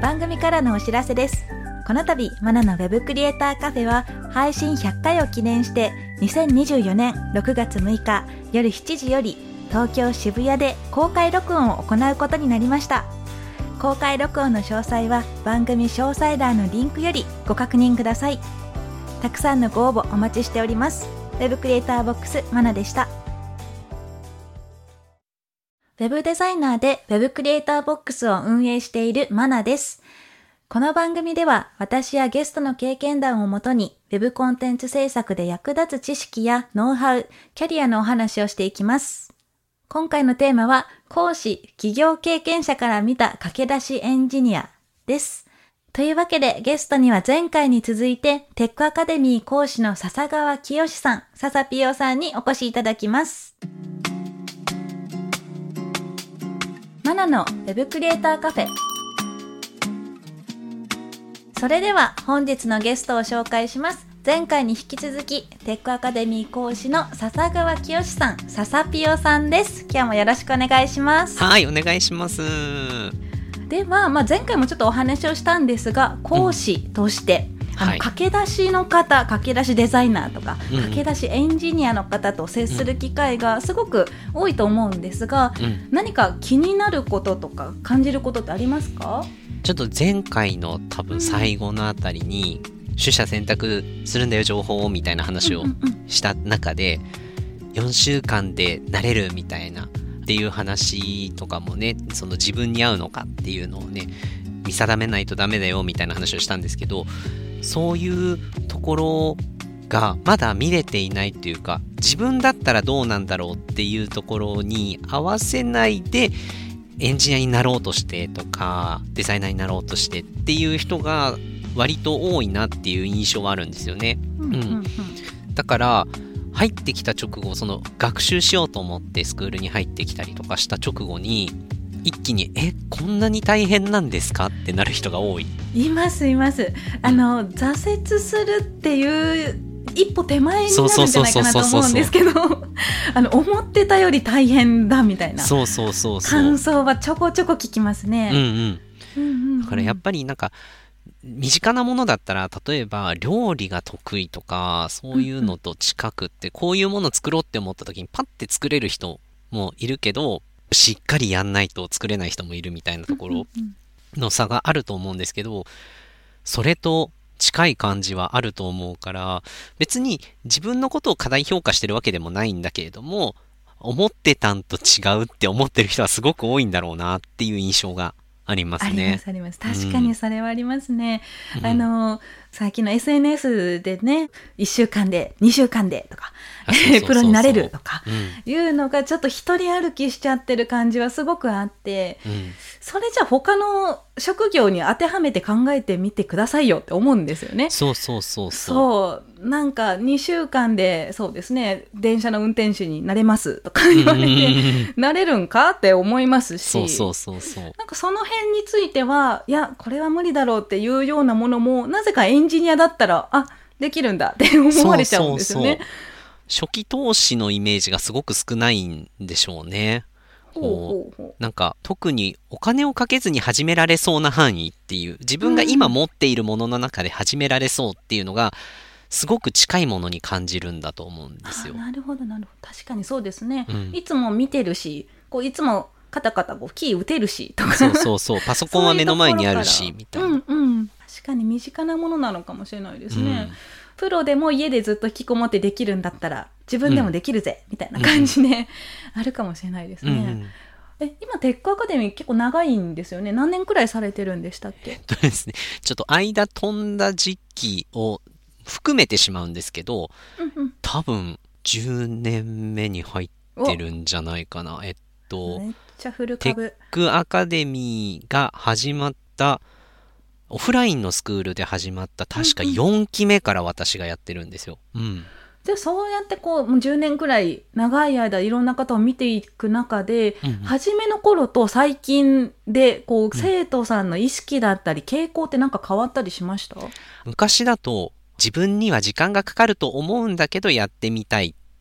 番組からのお知らせです。この度マナのウェブクリエイターカフェは配信100回を記念して2024年6月6日夜7時より東京渋谷で公開録音を行うことになりました。公開録音の詳細は番組詳細欄のリンクよりご確認ください。たくさんのご応募お待ちしております。ウェブクリエイターボックスマナでした。ウェブデザイナーでウェブクリエイターボックスを運営しているマナです。この番組では私やゲストの経験談をもとにウェブコンテンツ制作で役立つ知識やノウハウ、キャリアのお話をしていきます。今回のテーマは講師、企業経験者から見た駆け出しエンジニアです。というわけでゲストには前回に続いてテックアカデミー講師の笹川清さん、笹ピオさんにお越しいただきます。マナのウェブクリエイターカフェ。それでは本日のゲストを紹介します。前回に引き続きテックアカデミー講師の笹川清さん、笹ピオさんです。今日もよろしくお願いします。 はい、お願いします。 では、前回もちょっとお話をしたんですが、講師として、駆け出しの方、駆け出しデザイナーとか、駆け出しエンジニアの方と接する機会がすごく多いと思うんですが、何か気になることとか感じることってありますか？ ちょっと前回の多分最後のあたりに、取捨選択するんだよ情報をみたいな話をした中で、4週間で慣れるみたいなっていう話とかもね、その自分に合うのかっていうのをね見定めないとダメだよみたいな話をしたんですけど、そういうところがまだ見れていないっていうか、自分だったらどうなんだろうっていうところに合わせないでエンジニアになろうとしてとかデザイナーになろうとしてっていう人が割と多いなっていう印象はあるんですよね。だから入ってきた直後、その学習しようと思ってスクールに入ってきたりとかした直後に一気にこんなに大変なんですかってなる人が多い。 います。挫折するっていう一歩手前になるんじゃないかなと思うんですけど思ってたより大変だみたいな感想はちょこちょこ聞きますね。 だからやっぱりなんか身近なものだったら、例えば料理が得意とかそういうのと近くって、こういうもの作ろうって思った時にパッて作れる人もいるけど、しっかりやんないと作れない人もいるみたいなところの差があると思うんですけど、それと近い感じはあると思うから、別に自分のことを過大評価してるわけでもないんだけれども、思ってたんと違うって思ってる人はすごく多いんだろうなっていう印象がありますね。 あります。確かにそれはありますね。最近の SNS でね、1週間で2週間でとかプロになれるとかいうのがちょっと一人歩きしちゃってる感じはすごくあって、それじゃあ他の職業に当てはめて考えてみてくださいよって思うんですよね。そうなんか2週間でそうですね、電車の運転手になれますとか言われてなれるんかって思いますし、なんかその辺についてはいやこれは無理だろうっていうようなものも、なぜかエンジニアだったらできるんだって思われちゃうんですよね。 初期投資のイメージがすごく少ないんでしょうね。なんか特にお金をかけずに始められそうな範囲っていう、自分が今持っているものの中で始められそうっていうのがすごく近いものに感じるんだと思うんですよ。 なるほど確かにそうですね。いつも見てるし、いつもカタカタキー打てるしとかパソコンは目の前にあるしみたいな。 確かに身近なものなのかもしれないですね。プロでも家でずっと引きこもってできるんだったら自分でもできるぜ、みたいな感じであるかもしれないですね。今テックアカデミー結構長いんですよね。何年くらいされてるんでしたっけ？ ですね、ちょっと間飛んだ時期を含めてしまうんですけど、多分10年目に入ってるんじゃないかな。 めっちゃフル株。 テックアカデミーが始まったオフラインのスクールで始まった確か4期目から私がやってるんですよ。 でそうやってもう10年くらい長い間いろんな方を見ていく中で、初めの頃と最近で生徒さんの意識だったり傾向ってなんか変わったりしました？ 昔だと自分には時間がかかると思うんだけどやってみたいっ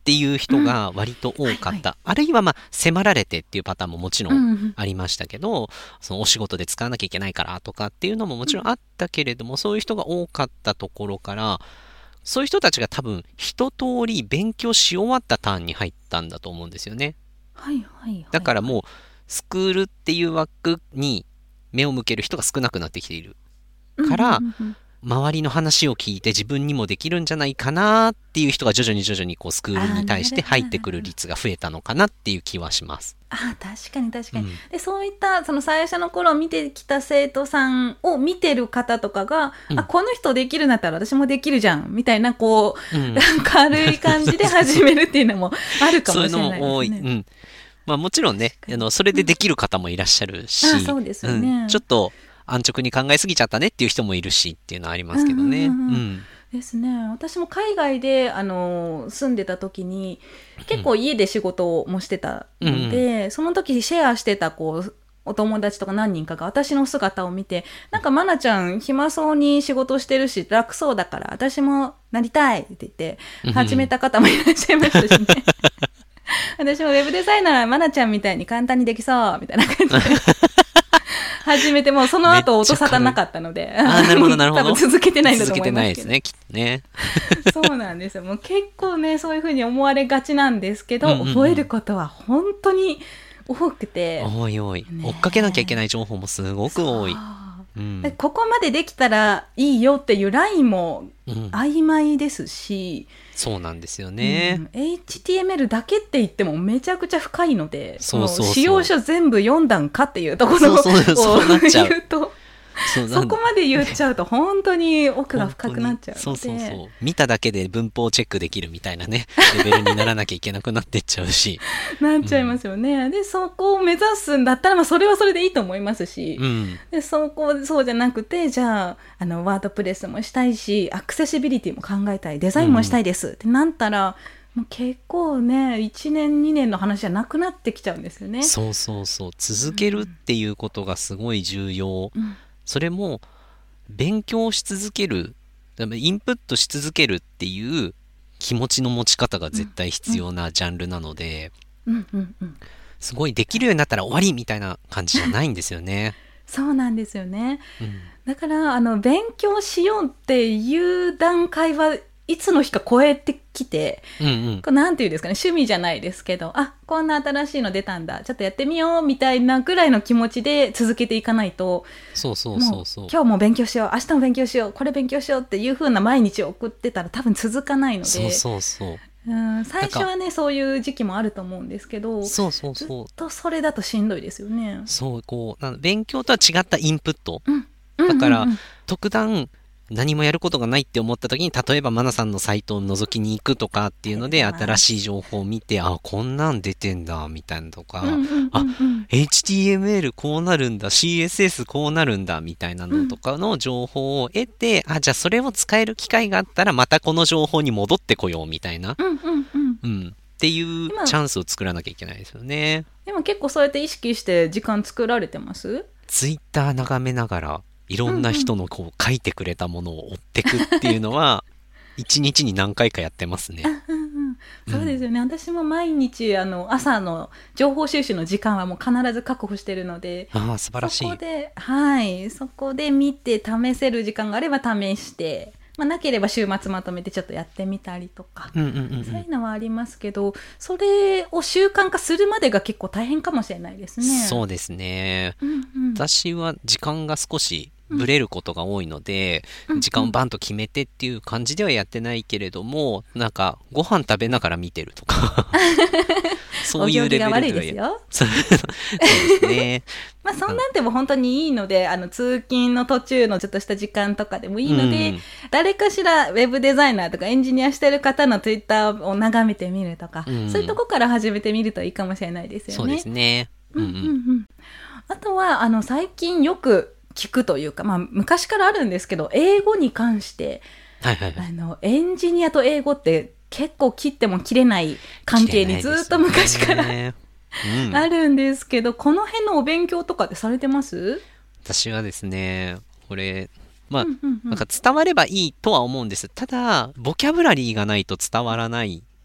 っていう人が割と多かった、 はいはい、 あるいはまあ迫られてっていうパターンももちろんありましたけど、そのお仕事で使わなきゃいけないからとかっていうのももちろんあったけれども、そういう人が多かったところから、そういう人たちが多分一通り勉強し終わったターンに入ったんだと思うんですよね。 はいはいはい、 だからもうスクールっていう枠に目を向ける人が少なくなってきているから、周りの話を聞いて自分にもできるんじゃないかなっていう人が徐々にこうスクールに対して入ってくる率が増えたのかなっていう気はします。 確かに確かに、でそういったその最初の頃見てきた生徒さんを見てる方とかが、この人できるんだったら私もできるじゃんみたいなこう、軽い感じで始めるっていうのもあるかもしれないですね。そういうのも多い、 まあ、もちろんねそれでできる方もいらっしゃるし、 そうですよね、 ちょっと安直に考えすぎちゃったねっていう人もいるしっていうのはありますけどね。 ですね。私も海外で住んでた時に結構家で仕事もしてたので、その時シェアしてたこうお友達とか何人かが私の姿を見て、なんかまなちゃん暇そうに仕事してるし楽そうだから私もなりたいって言って始めた方もいらっしゃいましたしね。私もウェブデザイナーはまなちゃんみたいに簡単にできそうみたいな感じで始めて、もうその後音沙汰なかったので、 なるほどなるほど、 多分続けてないんだと思いますけど。 続けてないですね、きっとね。 そうなんですよ。もう結構ねそういう風に思われがちなんですけど、覚えることは本当に多くて、 多い、追っかけなきゃいけない情報もすごく多い。 ここまでできたらいいよっていうラインも曖昧ですし、 そうなんですよね、 HTML だけって言ってもめちゃくちゃ深いので、使用書全部読んだんかっていうところを言うと、そこまで言っちゃうと本当に奥が深くなっちゃうので、 見ただけで文法をチェックできるみたいなねレベルにならなきゃいけなくなってっちゃうしなっちゃいますよね、でそこを目指すんだったら、それはそれでいいと思いますし、でそうじゃなくて、じゃあワードプレスもしたいしアクセシビリティも考えたい、デザインもしたいです、ってなったらもう結構ね1年2年の話じゃなくなってきちゃうんですよね。 そう続けるっていうことがすごい重要、それも勉強し続ける、インプットし続けるっていう気持ちの持ち方が絶対必要なジャンルなので、すごいできるようになったら終わりみたいな感じじゃないんですよね。 そうなんですよね、だから勉強しようっていう段階はいつの日か超えてきて、なんていうんですかね、趣味じゃないですけど、こんな新しいの出たんだ、ちょっとやってみようみたいなぐらいの気持ちで続けていかないと、もう今日も勉強しよう、明日も勉強しよう、これ勉強しようっていう風な毎日を送ってたら多分続かないので、最初はねそういう時期もあると思うんですけど、ずっとそれだとしんどいですよね。 勉強とは違ったインプット、だから特段何もやることがないって思った時に、例えばマナさんのサイトを覗きに行くとかっていうので新しい情報を見て、こんなん出てんだみたいなとか、HTML こうなるんだ、 CSS こうなるんだみたいなのとかの情報を得て、じゃあそれを使える機会があったらまたこの情報に戻ってこようみたいな、っていうチャンスを作らなきゃいけないですよね。 でも結構そうやって意識して時間作られてます？ ツイッター眺めながらいろんな人のこう書いてくれたものを追ってくっていうのは一日に何回かやってますね。 そうですよね、私も毎日朝の情報収集の時間はもう必ず確保してるので、 素晴らしい。 そこで見て試せる時間があれば試して、なければ週末まとめてちょっとやってみたりとか、そういうのはありますけど、それを習慣化するまでが結構大変かもしれないですね。 そうですね、私は時間が少しブレることが多いので、時間をバンと決めてっていう感じではやってないけれども、なんかご飯食べながら見てるとかそういうレベルではお行儀が悪いですよ。 そうですねそんなんでも本当にいいので、通勤の途中のちょっとした時間とかでもいいので、誰かしらウェブデザイナーとかエンジニアしてる方のツイッターを眺めてみるとか、そういうとこから始めてみるといいかもしれないですよね。 そうですね、 あとは最近よく聞くというか、昔からあるんですけど、英語に関して、エンジニアと英語って結構切っても切れない関係にずっと昔からあるんですけど、この辺のお勉強とかってされてます？ 私はですね、これなんか伝わればいいとは思うんです。ただボキャブラリーがないと伝わらない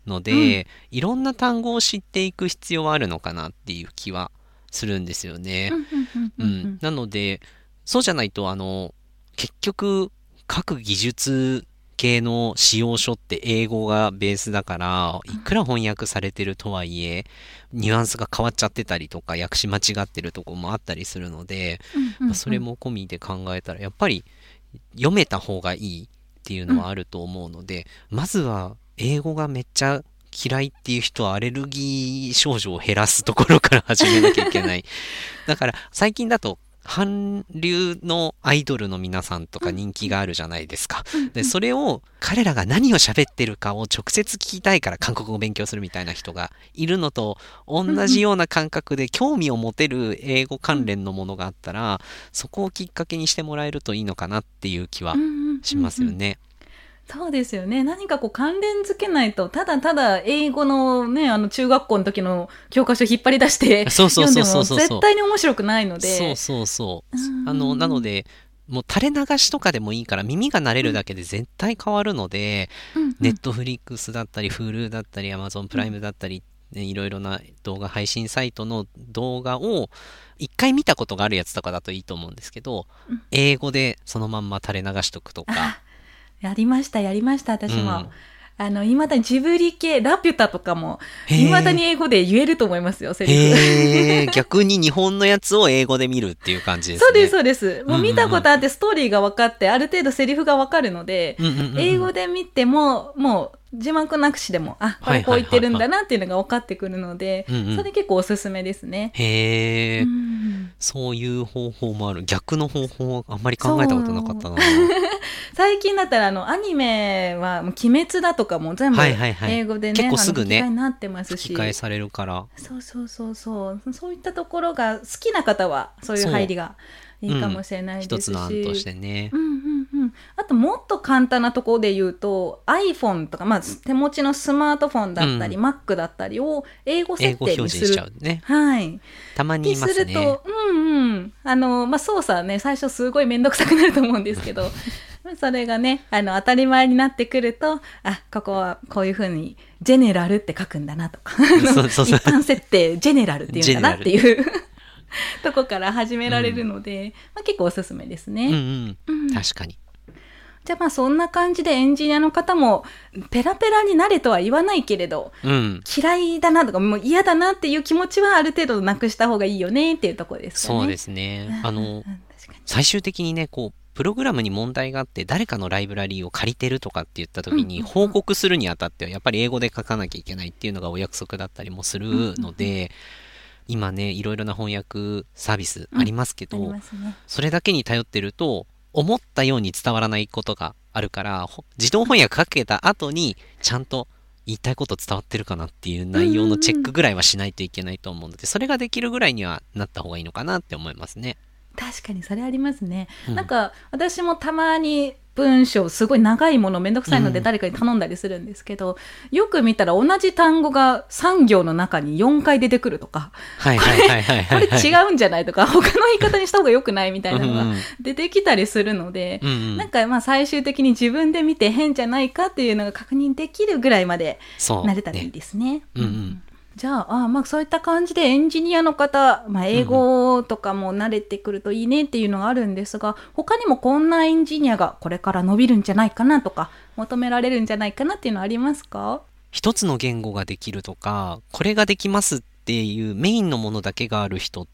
ので、いろんな単語を知っていく必要はあるのかなっていう気はするんですよね。なのでそうじゃないと結局各技術系の使用書って英語がベースだから、いくら翻訳されてるとはいえニュアンスが変わっちゃってたりとか訳し間違ってるとこもあったりするので、それも込みで考えたらやっぱり読めた方がいいっていうのはあると思うので、まずは英語がめっちゃ嫌いっていう人はアレルギー症状を減らすところから始めなきゃいけない。だから最近だと韓流のアイドルの皆さんとか人気があるじゃないですか。で、それを彼らが何を喋ってるかを直接聞きたいから韓国語を勉強するみたいな人がいるのと同じような感覚で興味を持てる英語関連のものがあったら、そこをきっかけにしてもらえるといいのかなっていう気はしますよね。 そうですよね。何かこう関連づけないと、ただただ英語のね、中学校の時の教科書引っ張り出して読んでも絶対に面白くないので。 なので、もう垂れ流しとかでもいいから耳が慣れるだけで絶対変わるので、ネットフリックスだったり、Hulu だったり、Amazon プライムだったり、ね、いろいろな動画配信サイトの動画を一回見たことがあるやつとかだといいと思うんですけど、英語でそのまんま垂れ流しとくとか。 やりました、私も。いまだにジブリ系、ラピュタとかも、いまだに英語で言えると思いますよ、セリフ。 逆に日本のやつを英語で見るっていう感じですね。 そうです。もう見たことあって、ストーリーが分かって、ある程度セリフが分かるので、英語で見ても、もう字幕なくしでも、これこう言ってるんだなっていうのが分かってくるので、それ結構おすすめですね。 そういう方法もある。逆の方法はあんまり考えたことなかったな。 最近だったらアニメはもう鬼滅だとかも全部英語でね、 結構すぐね、 吹き替えになってますし、 吹き替えされるから。 そういったところが好きな方はそういう入りがいいかもしれないですし、 一つの案としてね。 あともっと簡単なところで言うと iPhone とか、手持ちのスマートフォンだったり、Mac だったりを英語設定にする。英語表示しちゃうね。はい。 たまにいますね。 すると、操作ね、最初すごいめんどくさくなると思うんですけど、それがね、当たり前になってくると、ここはこういうふうにジェネラルって書くんだなとか、一般設定ジェネラルっていうんだなっていうとこから始められるので、結構おすすめですね。 確かに。 じゃあそんな感じでエンジニアの方もペラペラになれとは言わないけれど、嫌いだなとかもう嫌だなっていう気持ちはある程度なくした方がいいよねっていうところですかね。 そうですね。最終的にね、プログラムに問題があって誰かのライブラリーを借りてるとかって言った時に報告するにあたってはやっぱり英語で書かなきゃいけないっていうのがお約束だったりもするので、今ねいろいろな翻訳サービスありますけど、それだけに頼ってると思ったように伝わらないことがあるから、自動翻訳かけた後にちゃんと言いたいこと伝わってるかなっていう内容のチェックぐらいはしないといけないと思うので、それができるぐらいにはなった方がいいのかなって思いますね。 確かにそれありますね。なんか私もたまに文章すごい長いものめんどくさいので誰かに頼んだりするんですけど、よく見たら同じ単語が3行の中に4回出てくるとか、これ違うんじゃないとか、他の言い方にした方が良くないみたいなのが出てきたりするので、なんか最終的に自分で見て変じゃないかっていうのが確認できるぐらいまでなれたらいいですね。じゃあ、そういった感じでエンジニアの方、英語とかも慣れてくるといいねっていうのがあるんですが、他にもこんなエンジニアがこれから伸びるんじゃないかなとか、求められるんじゃないかなっていうのはありますか？ 一つの言語ができるとか、これができますっていうメインのものだけがある人って、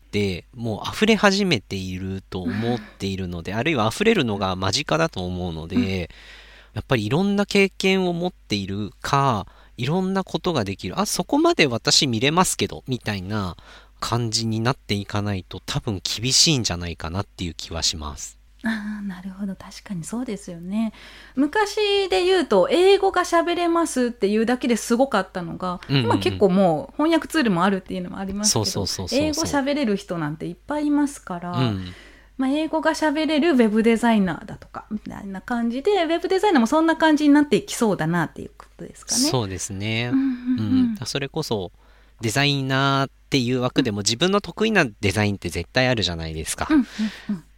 もう溢れ始めていると思っているので、あるいは溢れるのが間近だと思うので、やっぱりいろんな経験を持っているか、いろんなことができる。そこまで私見れますけど、みたいな感じになっていかないと多分厳しいんじゃないかなっていう気はします。 なるほど。確かにそうですよね。昔で言うと、英語が喋れますっていうだけですごかったのが、今結構もう翻訳ツールもあるっていうのもありますけど、英語喋れる人なんていっぱいいますから、英語が喋れるウェブデザイナーだとかみたいな感じで、ウェブデザイナーもそんな感じになっていきそうだなっていうことですかね。 そうですね。それこそデザイナーっていう枠でも自分の得意なデザインって絶対あるじゃないですか。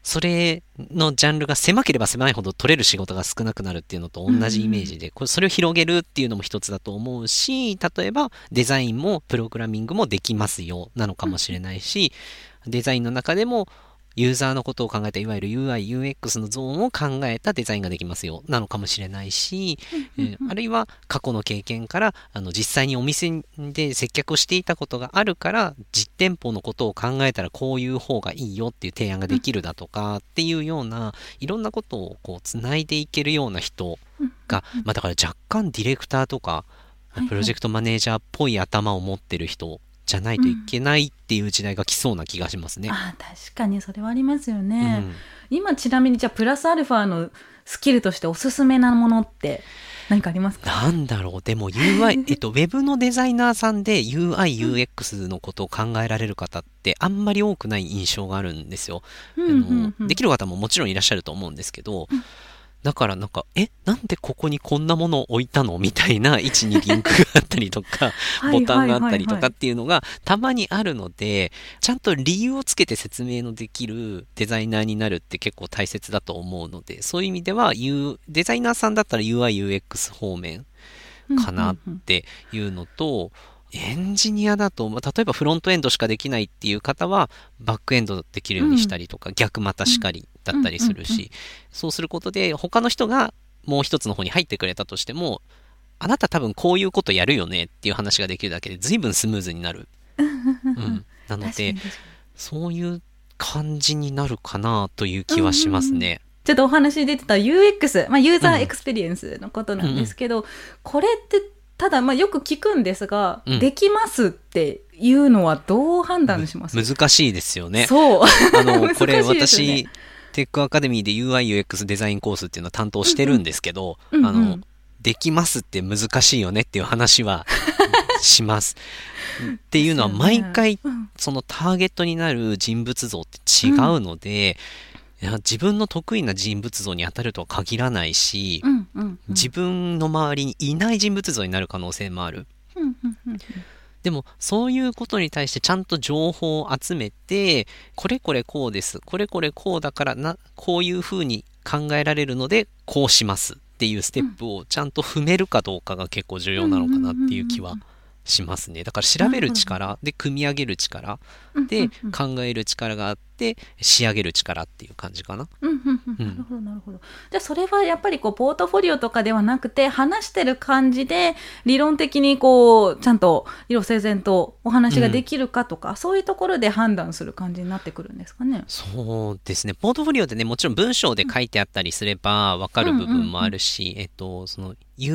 それのジャンルが狭ければ狭いほど取れる仕事が少なくなるっていうのと同じイメージで、それを広げるっていうのも一つだと思うし、例えばデザインもプログラミングもできますよなのかもしれないし、デザインの中でもユーザーのことを考えたいわゆる UI、UX のゾーンを考えたデザインができますよなのかもしれないし、あるいは過去の経験から実際にお店で接客をしていたことがあるから実店舗のことを考えたらこういう方がいいよっていう提案ができるだとかっていうようないろんなことをこうつないでいけるような人が、だから若干ディレクターとかプロジェクトマネージャーっぽい頭を持ってる人じゃないといけないっていう時代が来そうな気がしますね。 確かにそれはありますよね。今ちなみにじゃあプラスアルファのスキルとしておすすめなものって何かありますか？ なんだろう、でも UI、ウェブのデザイナーさんで UI、UX のことを考えられる方ってあんまり多くない印象があるんですよ。できる方ももちろんいらっしゃると思うんですけど、だからなんでここにこんなものを置いたのみたいな位置にリンクがあったりとかボタンがあったりとかっていうのがたまにあるので、ちゃんと理由をつけて説明のできるデザイナーになるって結構大切だと思うので、そういう意味ではデザイナーさんだったら UI、UX 方面かなっていうのと、エンジニアだと、例えばフロントエンドしかできないっていう方はバックエンドできるようにしたりとか、逆またしかりだったりするし、そうすることで他の人がもう一つの方に入ってくれたとしても、あなた多分こういうことやるよねっていう話ができるだけで随分スムーズになる、なのでそういう感じになるかなという気はしますね。 ちょっとお話出てた UX、ユーザーエクスペリエンスのことなんですけど、これってただよく聞くんですが、できますっていうのはどう判断します？ 難しいですよね。 そうこれ私テックアカデミーで UI/UX デザインコースっていうのを担当してるんですけど、できますって難しいよねっていう話はしますっていうのは毎回そのターゲットになる人物像って違うので、自分の得意な人物像に当たるとは限らないし、自分の周りにいない人物像になる可能性もある。でもそういうことに対してちゃんと情報を集めて、これこれこうです、これこれこうだからこういうふうに考えられるのでこうしますっていうステップをちゃんと踏めるかどうかが結構重要なのかなっていう気はしますね。だから調べる力で組み上げる力で考える力があって仕上げる力っていう感じかな。 なるほどなるほど。じゃあそれはやっぱりポートフォリオとかではなくて、話してる感じで理論的にちゃんと色整然とお話ができるかとか、そういうところで判断する感じになってくるんですかね。 そうですね。ポートフォリオでね、もちろん文章で書いてあったりすれば分かる部分もあるし、その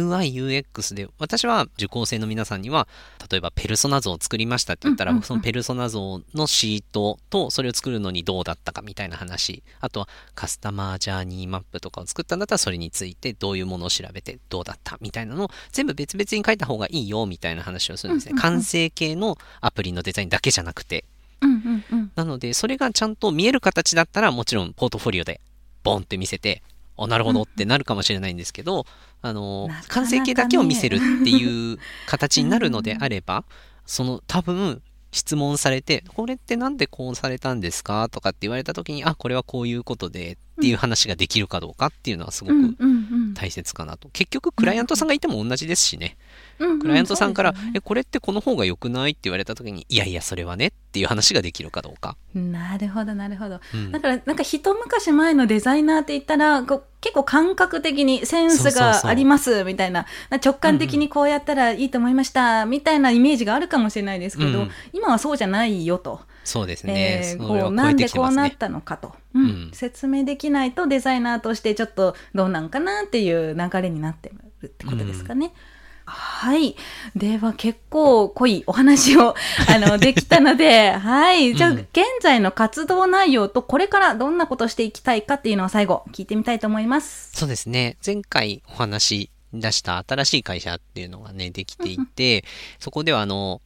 UI/UX で私は受講生の皆さんには、例えばペルソナ像を作りましたって言ったら、そのペルソナ像のシートとそれを作るのにどうだったかみたいな話、あとはカスタマージャーニーマップとかを作ったんだったらそれについてどういうものを調べてどうだったみたいなのを全部別々に書いた方がいいよみたいな話をするんですね。完成形のアプリのデザインだけじゃなくて、なのでそれがちゃんと見える形だったらもちろんポートフォリオでボンって見せて、なるほどってなるかもしれないんですけど、完成形だけを見せるっていう形になるのであれば、その多分質問されて、これってなんでこうされたんですかとかって言われた時に、これはこういうことでっていう話ができるかどうかっていうのはすごく大切かなと。結局クライアントさんがいても同じですしね。クライアントさんから、これってこの方が良くないって言われた時に、いやいやそれはねっていう話ができるかどうか。 なるほどなるほど。だからなんか一昔前のデザイナーって言ったら結構感覚的にセンスがありますみたいな、直感的にこうやったらいいと思いましたみたいなイメージがあるかもしれないですけど、今はそうじゃないよと。 そうですね。 なんでこうなったのかと、説明できないとデザイナーとしてちょっとどうなんかなっていう流れになってるってことですかね。はい。では結構濃いお話をできたので、はい。じゃあ現在の活動内容とこれからどんなことしていきたいかっていうのを最後聞いてみたいと思います。 そうですね。前回お話出した新しい会社っていうのがねできていて、そこでは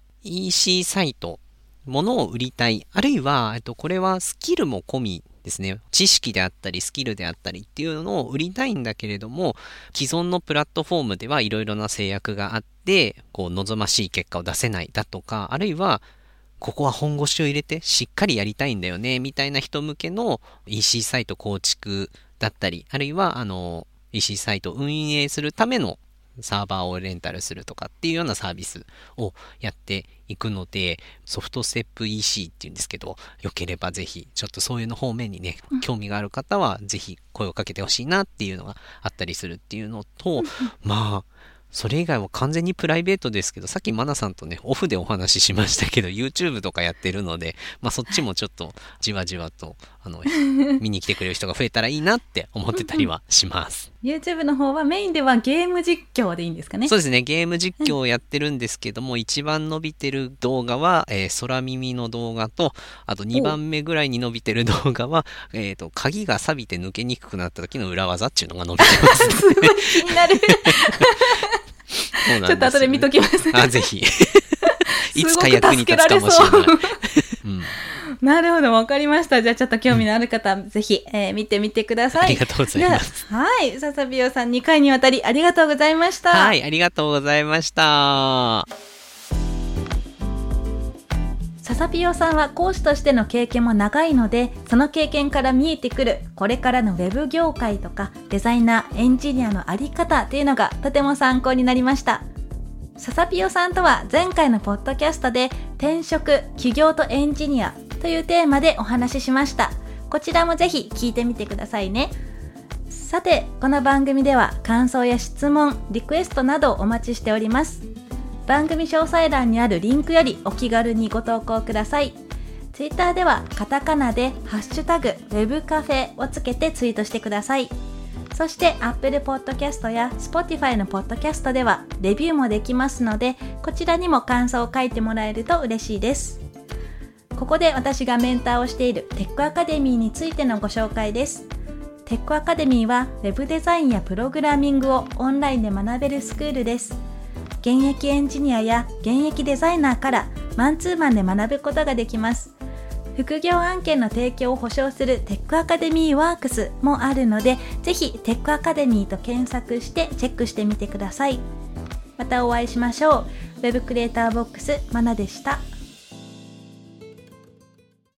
EC サイト、物を売りたい、あるいはこれはスキルも込みですね。知識であったりスキルであったりっていうのを売りたいんだけれども、既存のプラットフォームではいろいろな制約があって望ましい結果を出せないだとか、あるいはここは本腰を入れてしっかりやりたいんだよねみたいな人向けの EC サイト構築だったり、あるいはEC サイトを運営するためのサーバーをレンタルするとかっていうようなサービスをやっていくので、ソフトステップ EC っていうんですけど、よければぜひちょっとそういうの方面にね、興味がある方はぜひ声をかけてほしいなっていうのがあったりするっていうのと、まあそれ以外は完全にプライベートですけど、さっきマナさんとねオフでお話ししましたけど YouTube とかやってるので、まあそっちもちょっとじわじわと見に来てくれる人が増えたらいいなって思ってたりはします。 YouTube の方はメインではゲーム実況でいいんですかね。 そうですね、ゲーム実況をやってるんですけども、一番伸びてる動画は、空耳の動画と、あと2番目ぐらいに伸びてる動画は、鍵が錆びて抜けにくくなった時の裏技っていうのが伸びてます、ね。 すごい気になる。ちょっと後で見ときます。 あ、ぜひ。いつか役に立つかもしれない。うん、 なるほど、わかりました。じゃあちょっと興味のある方、ぜひ、見てみてください。 ありがとうございます。 はい、ささびよさん2回にわたりありがとうございました。 はい、ありがとうございました。 ささぴよさんは講師としての経験も長いので、その経験から見えてくるこれからのウェブ業界とかデザイナー、エンジニアのあり方っていうのがとても参考になりました。ささぴよさんとは前回のポッドキャストで転職、起業とエンジニアというテーマでお話ししました。こちらもぜひ聞いてみてくださいね。さて、この番組では感想や質問、リクエストなどをお待ちしております。番組詳細欄にあるリンクよりお気軽にご投稿ください。ツイッターではカタカナでハッシュタグ webcafe をつけてツイートしてください。そして Apple Podcast や Spotify の Podcast ではレビューもできますので、こちらにも感想を書いてもらえると嬉しいです。ここで私がメンターをしているテックアカデミーについてのご紹介です。テックアカデミーは Web デザインやプログラミングをオンラインで学べるスクールです。現役エンジニアや現役デザイナーからマンツーマンで学ぶことができます。副業案件の提供を保証するテックアカデミーワークスもあるので、ぜひテックアカデミーと検索してチェックしてみてください。またお会いしましょう。ウェブクリエイターボックスマナでした。